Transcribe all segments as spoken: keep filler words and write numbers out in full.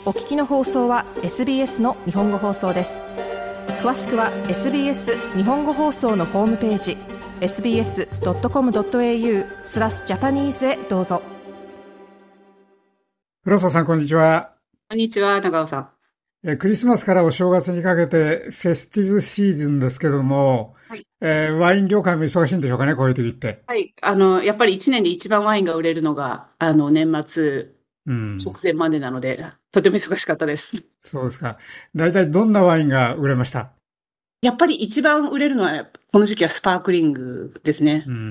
お聞きの放送は エスビーエス の日本語放送です。詳しくは エスビーエス 日本語放送のホームページ エスビーエスドットコムドットエーユー スラスジャパニーズへどうぞ。 黒澤さん、こんにちは。 こんにちは、長尾さん。 えクリスマスからお正月にかけてフェスティブシーズンですけども、はい、えー、ワイン業界も忙しいんでしょうかね、こういう時って。 はい。あの、やっぱり一年で一番ワインが売れるのが、あの、年末直前までなので、うん、とても忙しかったです。 そうですか。大体どんなワインが売れました？ やっぱり一番売れるのは、この時期はスパークリングですね。うん、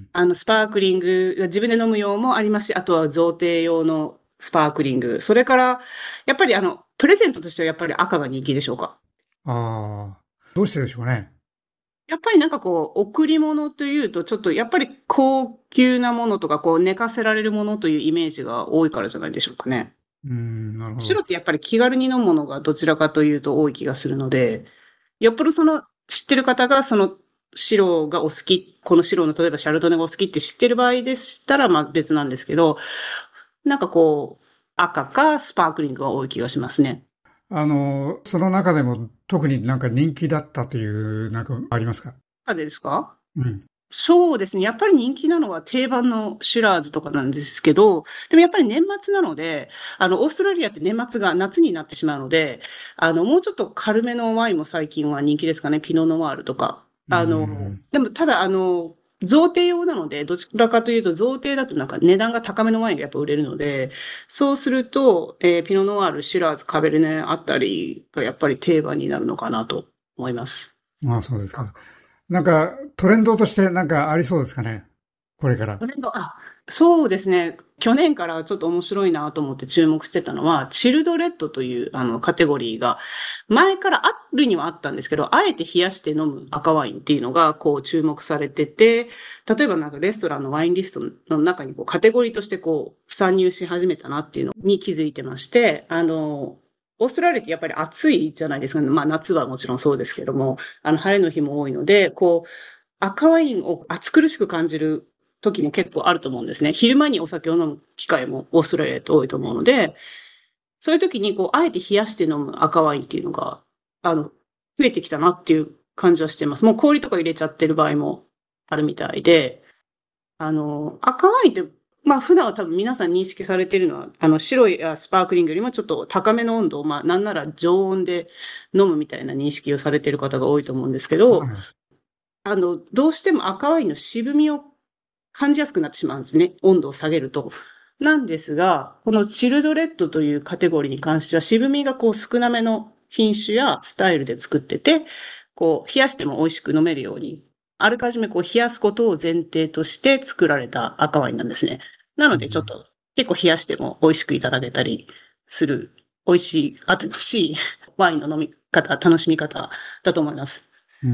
あの、スパークリング、自分で飲む用もありますし、あとは贈呈用のスパークリング。それから、やっぱりあの、プレゼントとしてはやっぱり赤が人気でしょうか。 ああ、どうしてでしょうね。 やっぱりなんかこう、贈り物というと、ちょっとやっぱり高級なものとか、こう、寝かせられるものというイメージが多いからじゃないでしょうかね。 うーん、なるほど。 白ってやっぱり気軽に飲むものがどちらかというと多い気がするので、よっぽどその、知ってる方がその白がお好き、この白の例えばシャルドネがお好きって知ってる場合でしたら、まあ別なんですけど、なんかこう、赤かスパークリングが多い気がしますね。 あの、その中でも特になんか人気だったという、なんかありますか？ あ、ですか？ うん。 そうですね。やっぱり人気なのは定番のシュラーズとかなんですけど、でもやっぱり年末なので、あの、オーストラリアって年末が夏になってしまうので、あの、もうちょっと軽めのワインも最近は人気ですかね。ピノノワールとか。あの、でもただあの、贈呈用なので、どちらかというと贈呈だとなんか値段が高めのワインがやっぱ売れるので、そうすると、えー、ピノノワール、シュラーズ、カベルネあたりがやっぱり定番になるのかなと思います。 ああ、そうですか。なんかトレンドとしてなんかありそうですかね、これから。 トレンド、あ、そうですね。去年からちょっと面白いなと思って注目してたのは、チルドレッドというあのカテゴリーが、前からあるにはあったんですけど、あえて冷やして飲む赤ワインっていうのがこう注目されてて、例えばなんかレストランのワインリストの中にこうカテゴリーとしてこう参入し始めたなっていうのに気づいてまして、あの、オーストラリアってやっぱり暑いじゃないですかね。まあ夏はもちろんそうですけども、あの晴れの日も多いので、こう、赤ワインを暑苦しく感じる時も結構あると思うんですね。昼間にお酒を飲む機会もオーストラリアって多いと思うので、そういう時にこう、あえて冷やして飲む赤ワインっていうのが、あの、増えてきたなっていう感じはしてます。もう氷とか入れちゃってる場合もあるみたいで、あの、赤ワインって、まあ普段は多分皆さん認識されているのは、あの白いスパークリングよりもちょっと高めの温度を、まあなんなら常温で飲むみたいな認識をされている方が多いと思うんですけど、はい、あの、どうしても赤ワインの渋みを感じやすくなってしまうんですね。温度を下げると。なんですが、このチルドレッドというカテゴリーに関しては渋みがこう少なめの品種やスタイルで作ってて、こう冷やしても美味しく飲めるように、あらかじめこう冷やすことを前提として作られた赤ワインなんですね。なのでちょっと結構冷やしても美味しくいただけたりする、美味しい、新しいワインの飲み方、楽しみ方だと思います。 うん。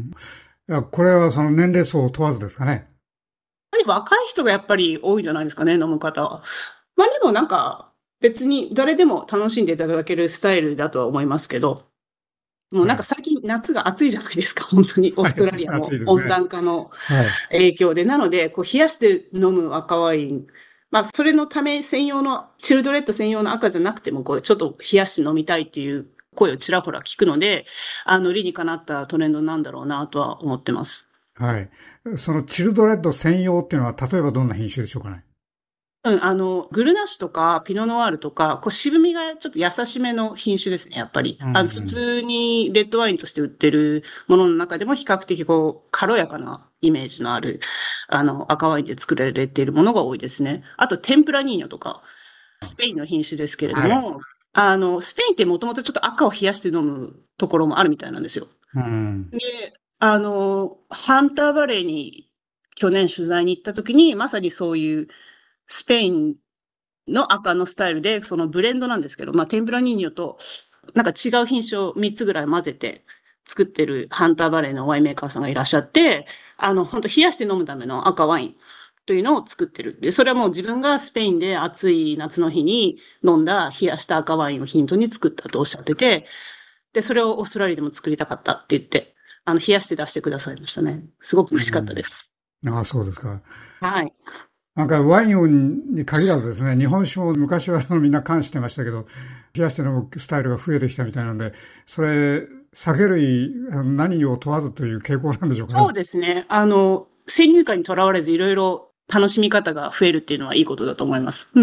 いや、これはその年齢層を問わずですかね。 やっぱり若い人がやっぱり多いんじゃないですかね、飲む方は。まあでもなんか別に誰でも楽しんでいただけるスタイルだとは思いますけど、もうなんか最近夏が暑いじゃないですか、本当に。オーストラリアも温暖化の影響で。なので、こう冷やして飲む赤ワイン、まあそれのため専用の、チルドレッド専用の赤じゃなくても、こうちょっと冷やして飲みたいっていう声をちらほら聞くので、あの理にかなったトレンドなんだろうなとは思ってます。 はい。そのチルドレッド専用っていうのは、例えばどんな品種でしょうかね。 うん、あの、グルナッシュとか、ピノノワールとか、こう渋みがちょっと優しめの品種ですね、やっぱり。うんうん、あの普通にレッドワインとして売ってるものの中でも比較的こう、軽やかなイメージのある、あの、赤ワインで作られているものが多いですね。あと、テンプラニーニョとか、スペインの品種ですけれども、はい、あの、スペインってもともとちょっと赤を冷やして飲むところもあるみたいなんですよ。うん、で、あの、ハンターバレーに去年取材に行った時に、まさにそういう、スペインの赤のスタイルで、そのブレンドなんですけど、まあ、テンプラニーニョと、なんか違う品種をみっつぐらい混ぜて作ってるハンターバレーのワインメーカーさんがいらっしゃって、あの、本当冷やして飲むための赤ワインというのを作ってる。で、それはもう自分がスペインで暑い夏の日に飲んだ冷やした赤ワインをヒントに作ったとおっしゃってて、で、それをオーストラリアでも作りたかったって言って、あの、冷やして出してくださいましたね。すごく美味しかったです。 うん、ああ、そうですか。 はい。 なんかワインに限らずですね、日本酒も昔はみんな缶してましたけど、冷やして飲むスタイルが増えてきたみたいなので、それ、酒類、何を問わずという傾向なんでしょうかね。 そうですね。あの、先入観にとらわれずいろいろ楽しみ方が増えるっていうのはいいことだと思います。うん。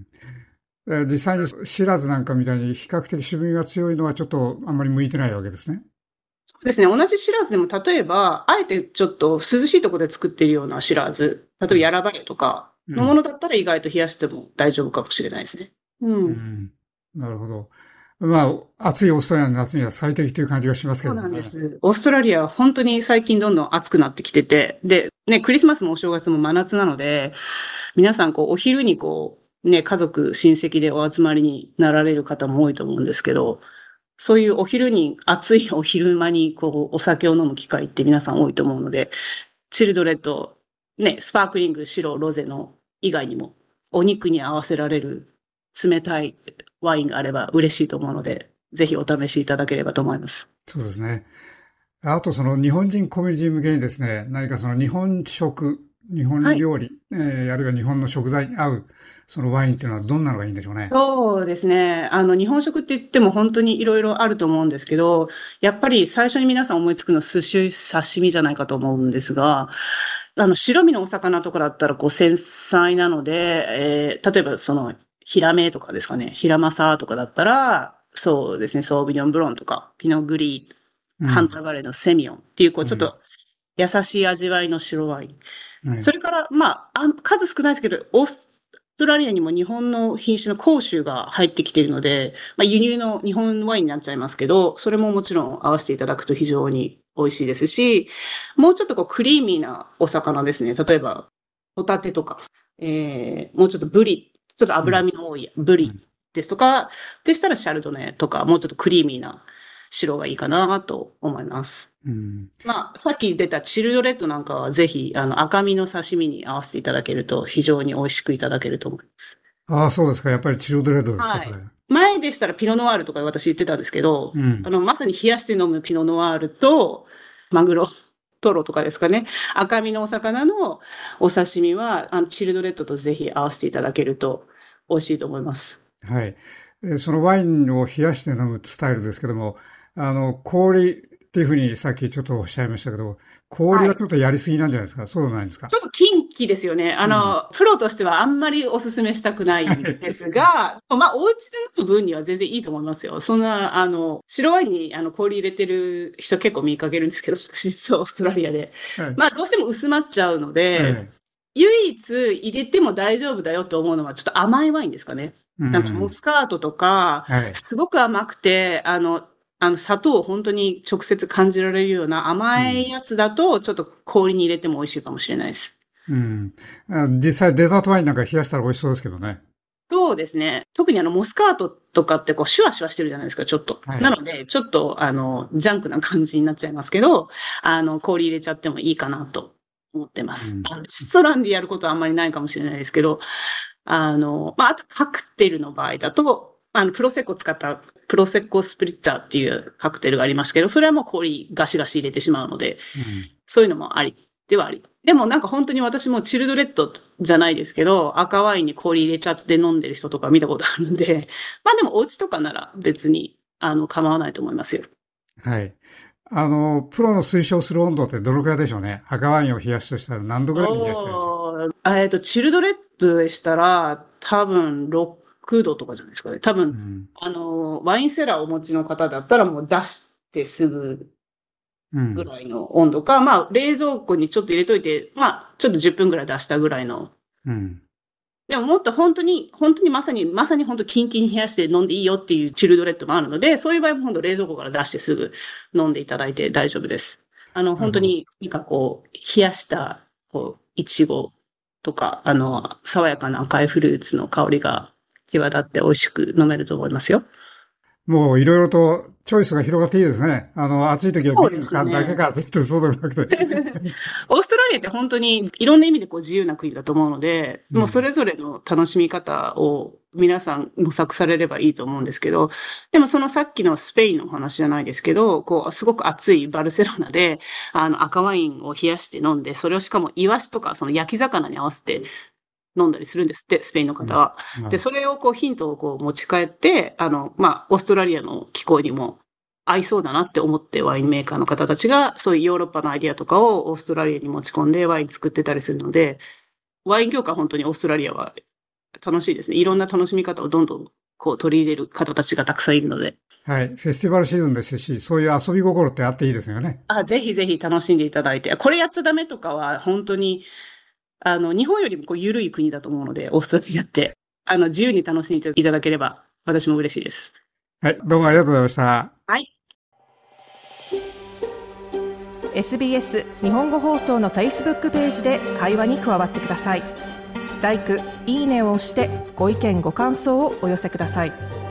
うん、実際にシラズなんかみたいに比較的渋みが強いのはちょっとあんまり向いてないわけですね。 そうですね。同じシラーズでも、例えば、あえてちょっと涼しいところで作っているようなシラーズ、例えばヤラバレとかのものだったら意外と冷やしても大丈夫かもしれないですね。うん。うん、 なるほど。まあ、暑いオーストラリアの夏には最適という感じがしますけどね。 そうなんです。オーストラリアは本当に最近どんどん暑くなってきてて、で、ね、クリスマスもお正月も真夏なので、皆さんこう、お昼にこう、ね、家族、親戚でお集まりになられる方も多いと思うんですけど、そういうお昼に、暑いお昼間にこう、お酒を飲む機会って皆さん多いと思うので、チルドレッド、ね、スパークリング、白、ロゼの以外にも、お肉に合わせられる冷たいワインがあれば嬉しいと思うので、ぜひお試しいただければと思います。 そうですね。あとその日本人コミュニティ向けにですね、何かその日本食、日本料理、はい、えー、あるいは日本の食材に合う、そのワインっていうのはどんなのがいいんでしょうね。 そうですね。あの、日本食って言っても本当にいろいろあると思うんですけど、やっぱり最初に皆さん思いつくの寿司刺身じゃないかと思うんですが、あの、白身のお魚とかだったらこう繊細なので、えー、例えばその、ヒラメとかですかね、ヒラマサとかだったら、そうですね、ソービニョンブロンとか、ピノグリー、ハンターバレーのセミオンっていう、こう、ちょっと優しい味わいの白ワイン。うん、それから、まあ、数少ないですけど、オーストラリアにも日本の品種の甲州が入ってきているので、まあ、輸入の日本ワインになっちゃいますけど、それももちろん合わせていただくと非常に美味しいですし、もうちょっとこうクリーミーなお魚ですね。例えば、ホタテとか、えー、もうちょっとブリ、ちょっと脂身の多いブリですとか、でしたらシャルドネとか、もうちょっとクリーミーな白がいいかなと思います。うん、まあ、さっき出たチルドレッドなんかはぜひ、あの、赤身の刺身に合わせていただけると非常に美味しくいただけると思います。 ああ、そうですか。やっぱりチルドレッドですか、はい、それ。 前でしたらピノノワールとか私言ってたんですけど、うん、あの、まさに冷やして飲むピノノワールと、マグロ、トロとかですかね。赤身のお魚のお刺身は、あの、チルドレッドとぜひ合わせていただけると美味しいと思います。 はい。そのワインを冷やして飲むスタイルですけども、あの、氷っていうふうにさっきちょっとおっしゃいましたけど、氷はちょっとやりすぎなんじゃないですか、はい、そうなんですか。 ちょっと近畿ですよね。あの、うん、プロとしてはあんまりお勧めしたくないんですが、まあ、お家で飲む分には全然いいと思いますよ。そんな、あの、白ワインにあの氷入れてる人結構見かけるんですけど、実はオーストラリアで。はい、まあ、どうしても薄まっちゃうので、はい、唯一入れても大丈夫だよと思うのはちょっと甘いワインですかね。うん、なんかモスカートとか、はい、すごく甘くて、あの、あの、砂糖を本当に直接感じられるような甘いやつだと、ちょっと氷に入れても美味しいかもしれないです。 うん。実際デザートワインなんか冷やしたら美味しそうですけどね。 そうですね。特にあの、モスカートとかってこう、シュワシュワしてるじゃないですか、ちょっと。はい、なので、ちょっとあの、ジャンクな感じになっちゃいますけど、あの、氷入れちゃってもいいかなと思ってます。うん、あのシストランでやることはあんまりないかもしれないですけど、あの、まあ、あとカクテルの場合だと、あの、プロセッコ使ったプロセッコスプリッツァーっていうカクテルがありますけど、それはもう氷ガシガシ入れてしまうので、うん、そういうのもありではあり。でもなんか本当に私もチルドレッドじゃないですけど、赤ワインに氷入れちゃって飲んでる人とか見たことあるんで、まあでもお家とかなら別に、あの、構わないと思いますよ。 はい。あの、プロの推奨する温度ってどのくらいでしょうね。赤ワインを冷やすとしたら何度ぐらいに冷やしたらいいでしょう。 えっと、チルドレッドでしたら、多分ろくどとかじゃないですかね。多分、うん、あの、ワインセラーをお持ちの方だったらもう出してすぐぐらいの温度か、うん、まあ、冷蔵庫にちょっと入れといて、まあ、ちょっとじゅっぷんぐらい出したぐらいの。うん。でももっと本当に、本当にまさに、まさに本当キンキンに冷やして飲んでいいよっていうチルドレッドもあるので、そういう場合も本当冷蔵庫から出してすぐ飲んでいただいて大丈夫です。あの、本当に、なんかこう、冷やした、こう、いちごとか、あの、爽やかな赤いフルーツの香りが際立って美味しく飲めると思いますよ。 もういろいろとチョイスが広がっていいですね。あの、暑い時はビールかだけか、絶対そうでもなくて。 オーストラリアって本当にいろんな意味でこう自由な国だと思うので、うん、もうそれぞれの楽しみ方を皆さん模索されればいいと思うんですけど、でもそのさっきのスペインの話じゃないですけど、こう、すごく暑いバルセロナで、あの、赤ワインを冷やして飲んで、それをしかもイワシとかその焼き魚に合わせて飲んだりするんですって、スペインの方は。 うん、 で、それをこうヒントをこう持ち帰って、あの、まあ、オーストラリアの気候にも合いそうだなって思ってワインメーカーの方たちが、そういうヨーロッパのアイディアとかをオーストラリアに持ち込んでワイン作ってたりするので、ワイン業界本当にオーストラリアは楽しいですね。いろんな楽しみ方をどんどんこう取り入れる方たちがたくさんいるので。 はい。フェスティバルシーズンですし、そういう遊び心ってあっていいですよね。 あ、ぜひぜひ楽しんでいただいて。これやっちゃダメとかは本当に、あの、日本よりもこう緩い国だと思うので、オーストラリアって。あの、自由に楽しんでいただければ、私も嬉しいです。 はい。どうもありがとうございました。 はい。 エスビーエス 日本語放送の Facebook ページで会話に加わってください。ライク、いいねを押してご意見ご感想をお寄せください。